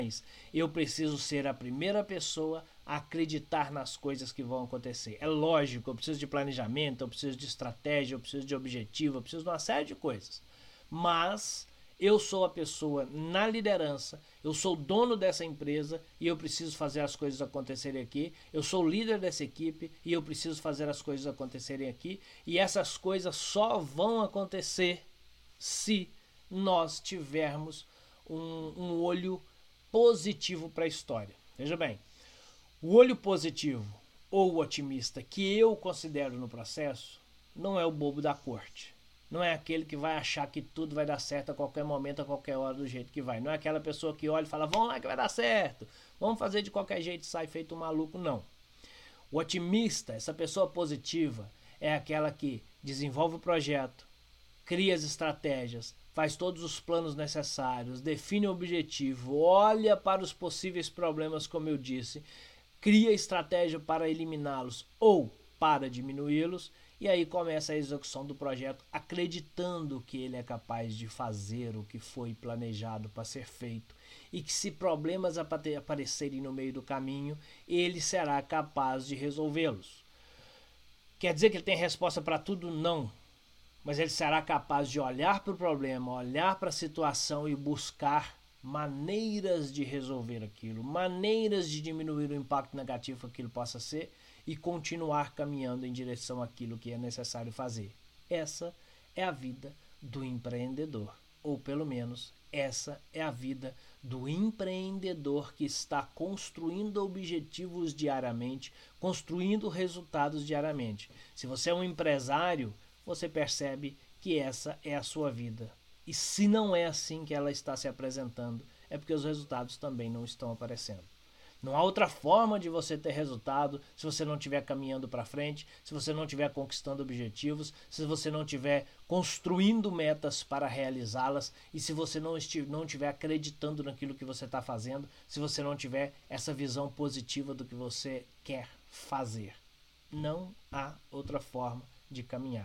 eu preciso ser a primeira pessoa a acreditar nas coisas que vão acontecer. É lógico, eu preciso de planejamento, eu preciso de estratégia, eu preciso de objetivo, eu preciso de uma série de coisas. Mas eu sou a pessoa na liderança, eu sou dono dessa empresa e eu preciso fazer as coisas acontecerem aqui. Eu sou o líder dessa equipe e eu preciso fazer as coisas acontecerem aqui. E essas coisas só vão acontecer se nós tivermos um olho positivo para a história. Veja bem, o olho positivo ou otimista que eu considero no processo não é o bobo da corte. Não é aquele que vai achar que tudo vai dar certo a qualquer momento, a qualquer hora, do jeito que vai. Não é aquela pessoa que olha e fala, vamos lá que vai dar certo, vamos fazer de qualquer jeito e sai feito um maluco, não. O otimista, essa pessoa positiva, é aquela que desenvolve o projeto, cria as estratégias, faz todos os planos necessários, define o objetivo, olha para os possíveis problemas, como eu disse, cria estratégia para eliminá-los ou para diminuí-los, e aí começa a execução do projeto acreditando que ele é capaz de fazer o que foi planejado para ser feito e que se problemas aparecerem no meio do caminho, ele será capaz de resolvê-los. Quer dizer que ele tem resposta para tudo? Não. Mas ele será capaz de olhar para o problema, olhar para a situação e buscar maneiras de resolver aquilo, maneiras de diminuir o impacto negativo que aquilo possa ser e continuar caminhando em direção àquilo que é necessário fazer. Essa é a vida do empreendedor, ou pelo menos essa é a vida do empreendedor que está construindo objetivos diariamente, construindo resultados diariamente. Se você é um empresário, você percebe que essa é a sua vida. E se não é assim que ela está se apresentando, é porque os resultados também não estão aparecendo. Não há outra forma de você ter resultado se você não estiver caminhando para frente, se você não estiver conquistando objetivos, se você não estiver construindo metas para realizá-las e se você não estiver acreditando naquilo que você está fazendo, se você não tiver essa visão positiva do que você quer fazer. Não há outra forma de caminhar.